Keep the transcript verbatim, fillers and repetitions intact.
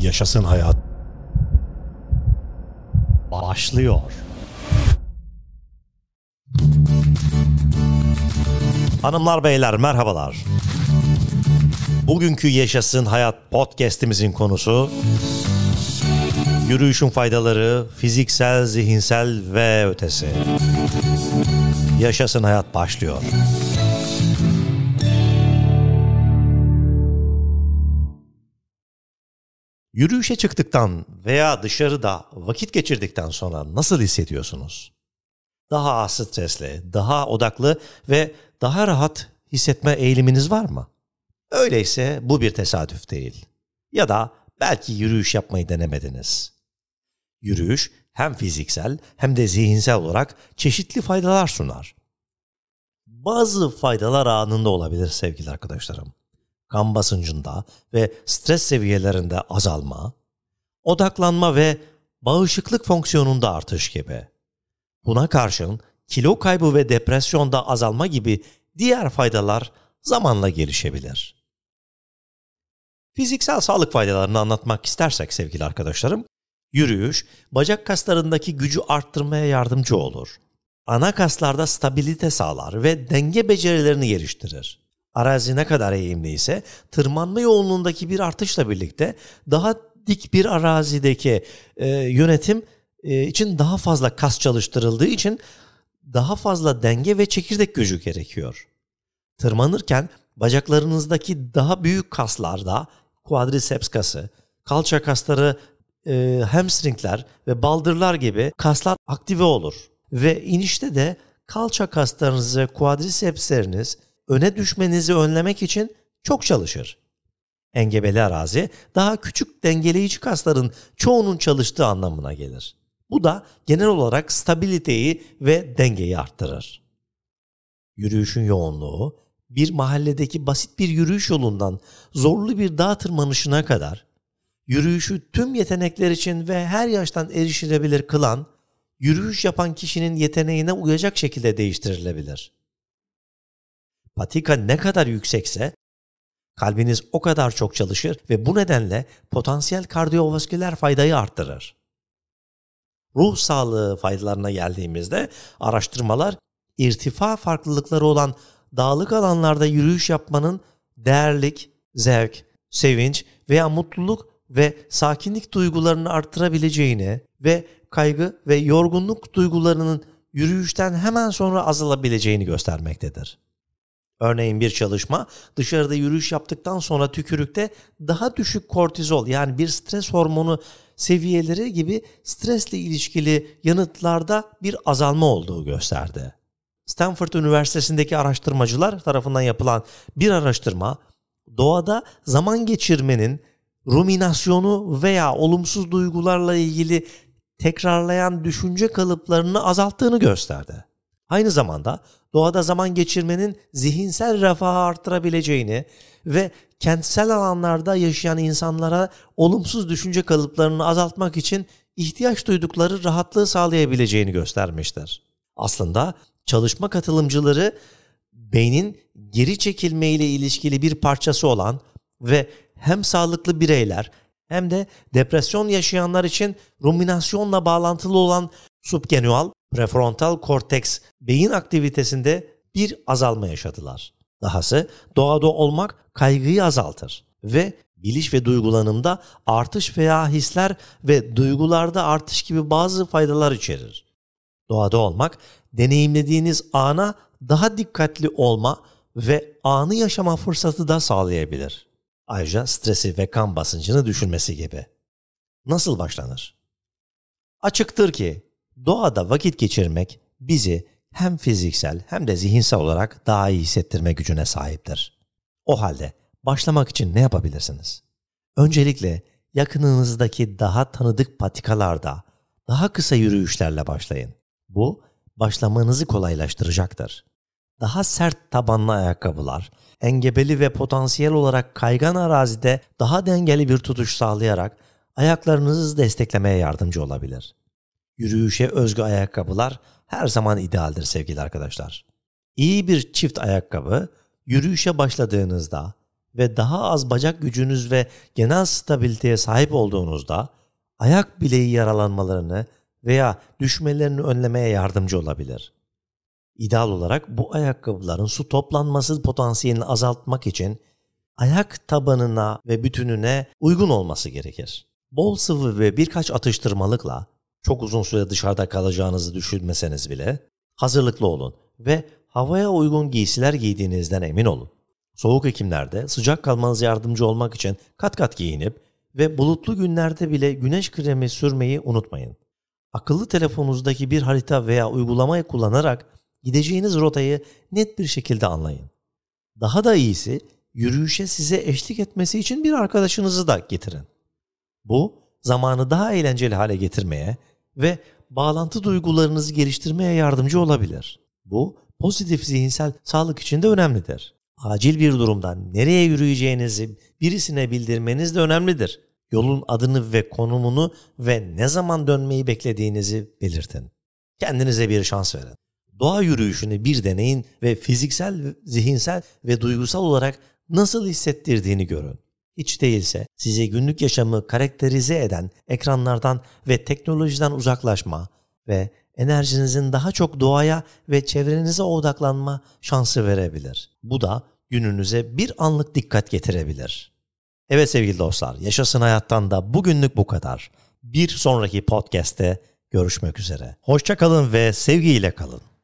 Yaşasın hayat başlıyor. Hanımlar beyler merhabalar. Bugünkü Yaşasın Hayat podcast'imizin konusu yürüyüşün faydaları, fiziksel, zihinsel ve ötesi. Yaşasın hayat başlıyor. Yürüyüşe çıktıktan veya dışarıda vakit geçirdikten sonra nasıl hissediyorsunuz? Daha az stresli, daha odaklı ve daha rahat hissetme eğiliminiz var mı? Öyleyse bu bir tesadüf değil. Ya da belki yürüyüş yapmayı denemediniz. Yürüyüş hem fiziksel hem de zihinsel olarak çeşitli faydalar sunar. Bazı faydalar anında olabilir sevgili arkadaşlarım. Kan basıncında ve stres seviyelerinde azalma, odaklanma ve bağışıklık fonksiyonunda artış gibi. Buna karşın kilo kaybı ve depresyonda azalma gibi diğer faydalar zamanla gelişebilir. Fiziksel sağlık faydalarını anlatmak istersek sevgili arkadaşlarım, yürüyüş bacak kaslarındaki gücü arttırmaya yardımcı olur. Ana kaslarda stabilite sağlar ve denge becerilerini geliştirir. Arazi ne kadar eğimli ise tırmanma yoğunluğundaki bir artışla birlikte daha dik bir arazideki e, yönetim e, için daha fazla kas çalıştırıldığı için daha fazla denge ve çekirdek gücü gerekiyor. Tırmanırken bacaklarınızdaki daha büyük kaslarda quadriceps kası, kalça kasları, e, hamstringler ve baldırlar gibi kaslar aktive olur. Ve inişte de kalça kaslarınız ve quadricepsleriniz öne düşmenizi önlemek için çok çalışır. Engebeli arazi daha küçük dengeleyici kasların çoğunun çalıştığı anlamına gelir. Bu da genel olarak stabiliteyi ve dengeyi arttırır. Yürüyüşün yoğunluğu bir mahalledeki basit bir yürüyüş yolundan zorlu bir dağ tırmanışına kadar yürüyüşü tüm yetenekler için ve her yaştan erişilebilir kılan, yürüyüş yapan kişinin yeteneğine uyacak şekilde değiştirilebilir. Patika ne kadar yüksekse kalbiniz o kadar çok çalışır ve bu nedenle potansiyel kardiyovasküler faydayı arttırır. Ruh sağlığı faydalarına geldiğimizde araştırmalar irtifa farklılıkları olan dağlık alanlarda yürüyüş yapmanın değerlik, zevk, sevinç veya mutluluk ve sakinlik duygularını arttırabileceğini ve kaygı ve yorgunluk duygularının yürüyüşten hemen sonra azalabileceğini göstermektedir. Örneğin bir çalışma dışarıda yürüyüş yaptıktan sonra tükürükte daha düşük kortizol yani bir stres hormonu seviyeleri gibi stresle ilişkili yanıtlarda bir azalma olduğu gösterdi. Stanford Üniversitesi'ndeki araştırmacılar tarafından yapılan bir araştırma doğada zaman geçirmenin ruminasyonu veya olumsuz duygularla ilgili tekrarlayan düşünce kalıplarını azalttığını gösterdi. Aynı zamanda doğada zaman geçirmenin zihinsel refahı arttırabileceğini ve kentsel alanlarda yaşayan insanlara olumsuz düşünce kalıplarını azaltmak için ihtiyaç duydukları rahatlığı sağlayabileceğini göstermiştir. Aslında çalışma katılımcıları beynin geri çekilme ile ilişkili bir parçası olan ve hem sağlıklı bireyler hem de depresyon yaşayanlar için ruminasyonla bağlantılı olan subgenual prefrontal korteks beyin aktivitesinde bir azalma yaşadılar. Dahası doğada olmak kaygıyı azaltır ve biliş ve duygulanımda artış veya hisler ve duygularda artış gibi bazı faydalar içerir. Doğada olmak deneyimlediğiniz ana daha dikkatli olma ve anı yaşama fırsatı da sağlayabilir. Ayrıca stresi ve kan basıncını düşürmesi gibi. Nasıl başlanır? Açıktır ki doğada vakit geçirmek bizi hem fiziksel hem de zihinsel olarak daha iyi hissettirme gücüne sahiptir. O halde başlamak için ne yapabilirsiniz? Öncelikle yakınınızdaki daha tanıdık patikalarda daha kısa yürüyüşlerle başlayın. Bu başlamanızı kolaylaştıracaktır. Daha sert tabanlı ayakkabılar, engebeli ve potansiyel olarak kaygan arazide daha dengeli bir tutuş sağlayarak ayaklarınızı desteklemeye yardımcı olabilir. Yürüyüşe özgü ayakkabılar her zaman idealdir sevgili arkadaşlar. İyi bir çift ayakkabı, yürüyüşe başladığınızda ve daha az bacak gücünüz ve genel stabiliteye sahip olduğunuzda ayak bileği yaralanmalarını veya düşmelerini önlemeye yardımcı olabilir. İdeal olarak bu ayakkabıların su toplanması potansiyelini azaltmak için ayak tabanına ve bütününe uygun olması gerekir. Bol sıvı ve birkaç atıştırmalıkla çok uzun süre dışarıda kalacağınızı düşünmeseniz bile hazırlıklı olun ve havaya uygun giysiler giydiğinizden emin olun. Soğuk iklimlerde sıcak kalmanıza yardımcı olmak için kat kat giyinip ve bulutlu günlerde bile güneş kremi sürmeyi unutmayın. Akıllı telefonunuzdaki bir harita veya uygulamayı kullanarak gideceğiniz rotayı net bir şekilde anlayın. Daha da iyisi, yürüyüşe size eşlik etmesi için bir arkadaşınızı da getirin. Bu, zamanı daha eğlenceli hale getirmeye ve bağlantı duygularınızı geliştirmeye yardımcı olabilir. Bu, pozitif zihinsel sağlık için de önemlidir. Acil bir durumda nereye yürüyeceğinizi birisine bildirmeniz de önemlidir. Yolun adını ve konumunu ve ne zaman dönmeyi beklediğinizi belirtin. Kendinize bir şans verin. Doğa yürüyüşünü bir deneyin ve fiziksel, zihinsel ve duygusal olarak nasıl hissettirdiğini görün. Hiç değilse size günlük yaşamı karakterize eden ekranlardan ve teknolojiden uzaklaşma ve enerjinizin daha çok doğaya ve çevrenize odaklanma şansı verebilir. Bu da gününüze bir anlık dikkat getirebilir. Evet sevgili dostlar, Yaşasın Hayat'tan da bugünlük bu kadar. Bir sonraki podcast'te görüşmek üzere. Hoşça kalın ve sevgiyle kalın.